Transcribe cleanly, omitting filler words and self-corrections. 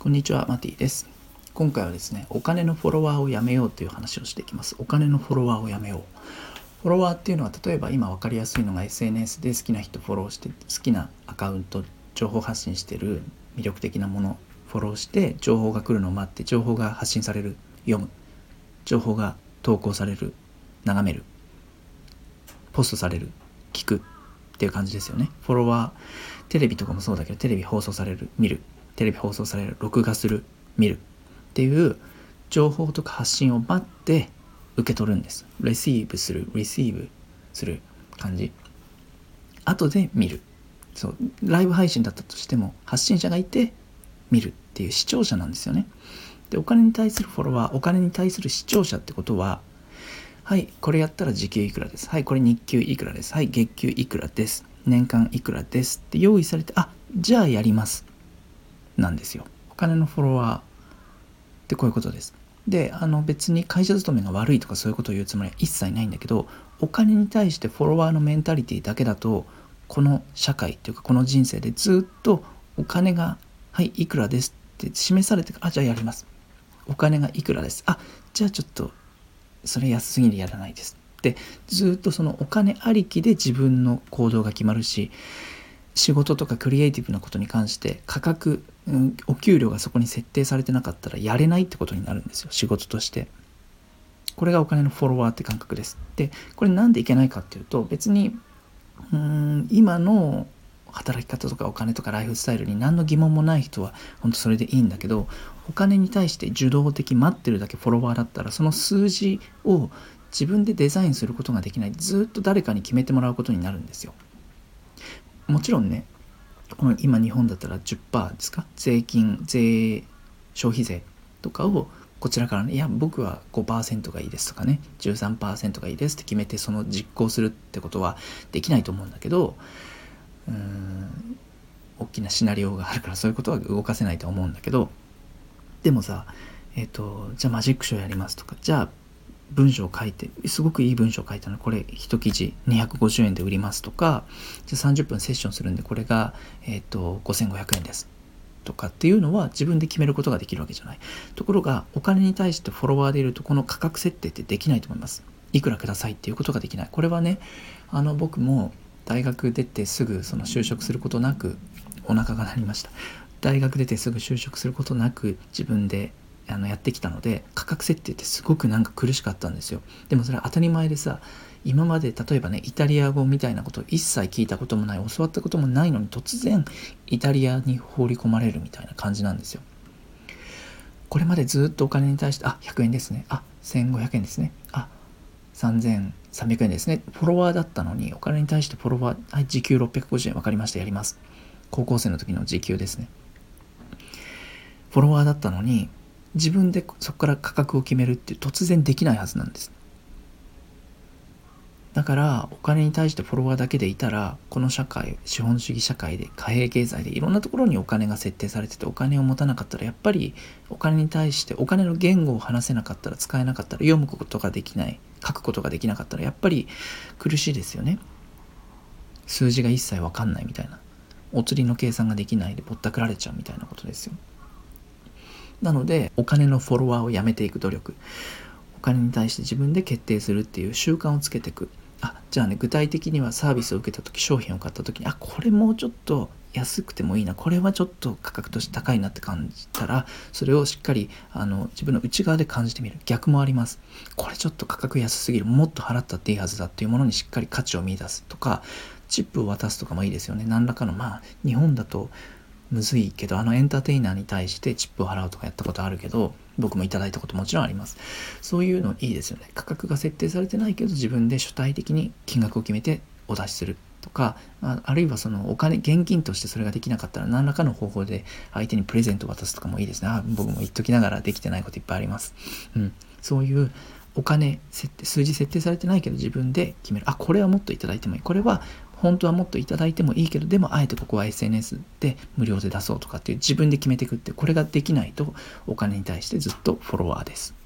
こんにちは、マティです。今回はですね、お金のフォロワーをやめようという話をしていきます。お金のフォロワーをやめよう。フォロワーっていうのは、例えば今分かりやすいのが SNS で好きな人フォローして、好きなアカウント、情報発信してる魅力的なものフォローして、情報が来るのを待って、情報が発信される、読む、情報が投稿される、眺める、ポストされる、聞くっていう感じですよね。フォロワー、テレビとかもそうだけど、テレビ放送される、見る、テレビ放送される、録画する、見るっていう情報とか発信を待って受け取るんです。レシーブする感じ。後で見る。そう、ライブ配信だったとしても発信者がいて見るっていう視聴者なんですよね。で、お金に対するフォロワー、お金に対する視聴者ってことは、はい、これやったら時給いくらです。はい、これ日給いくらです。はい、月給いくらです。年間いくらですって用意されて、じゃあやりますなんですよ。お金のフォロワーってこういうことです。で、別に会社勤めが悪いとかそういうことを言うつもりは一切ないんだけど、お金に対してフォロワーのメンタリティだけだと、この社会っていうかこの人生でずっとお金がはいいくらですって示されてから、じゃあやります。お金がいくらです。じゃあちょっとそれ安すぎるやらないですってずっとそのお金ありきで自分の行動が決まるし、仕事とかクリエイティブなことに関して価格、お給料がそこに設定されてなかったらやれないってことになるんですよ、仕事として。これがお金のフォロワーって感覚です。で、これなんでいけないかっていうと、別に今の働き方とかお金とかライフスタイルに何の疑問もない人は本当それでいいんだけど、お金に対して受動的待ってるだけフォロワーだったら、その数字を自分でデザインすることができない。ずっと誰かに決めてもらうことになるんですよ。もちろんね、この今日本だったら 10% ですか、消費税とかをこちらからね、いや僕は 5% がいいですとかね、 13% がいいですって決めてその実行するってことはできないと思うんだけど、大きなシナリオがあるからそういうことは動かせないと思うんだけど、でもさ、じゃあマジックショーやりますとか、じゃあ文章を書いて、すごくいい文章を書いたのこれ一記事250円で売りますとか、じゃあ30分セッションするんでこれが、5500円ですとかっていうのは自分で決めることができるわけじゃない。ところがお金に対してフォロワーでいると、この価格設定ってできないと思います。いくらくださいっていうことができない。これはね、僕も大学出てすぐその就職することなくお腹が鳴りました。大学出てすぐ就職することなく自分でやってきたので、価格設定ってすごく苦しかったんですよ。でもそれは当たり前でさ、今まで例えばね、イタリア語みたいなことを一切聞いたこともない、教わったこともないのに突然イタリアに放り込まれるみたいな感じなんですよ。これまでずっとお金に対して100円ですね、1500円ですね、3300円ですね、フォロワーだったのに、お金に対してフォロワー、時給650円、分かりました、やります。高校生の時の時給ですね。フォロワーだったのに自分でそこから価格を決めるって突然できないはずなんです。だからお金に対してフォロワーだけでいたら、この社会、資本主義社会で、貨幣経済でいろんなところにお金が設定されてて、お金を持たなかったらやっぱりお金に対して、お金の言語を話せなかったら、使えなかったら、読むことができない、書くことができなかったらやっぱり苦しいですよね。数字が一切わかんないみたいな、お釣りの計算ができないでぼったくられちゃうみたいなことですよ。なのでお金のフォロワーをやめていく努力、お金に対して自分で決定するっていう習慣をつけていく。じゃあね、具体的にはサービスを受けた時、商品を買った時に、これもうちょっと安くてもいいな、これはちょっと価格として高いなって感じたら、それをしっかり自分の内側で感じてみる。逆もあります。これちょっと価格安すぎる、もっと払ったっていいはずだっていうものにしっかり価値を見出すとか、チップを渡すとかもいいですよね。何らかの、日本だとむずいけど、エンターテイナーに対してチップを払うとかやったことあるけど、僕もいただいたこともちろんあります。そういうのいいですよね。価格が設定されてないけど自分で主体的に金額を決めてお出しするとか、あるいはそのお金、現金としてそれができなかったら何らかの方法で相手にプレゼントを渡すとかもいいですね。僕も言っときながらできてないこといっぱいあります。そういうお金設定、数字設定されてないけど自分で決める。これはもっといただいてもいい、これは本当はもっといただいてもいいけど、でもあえてここは SNS で無料で出そうとかっていう、自分で決めていくって、これができないとお金に対してずっとフォロワーです。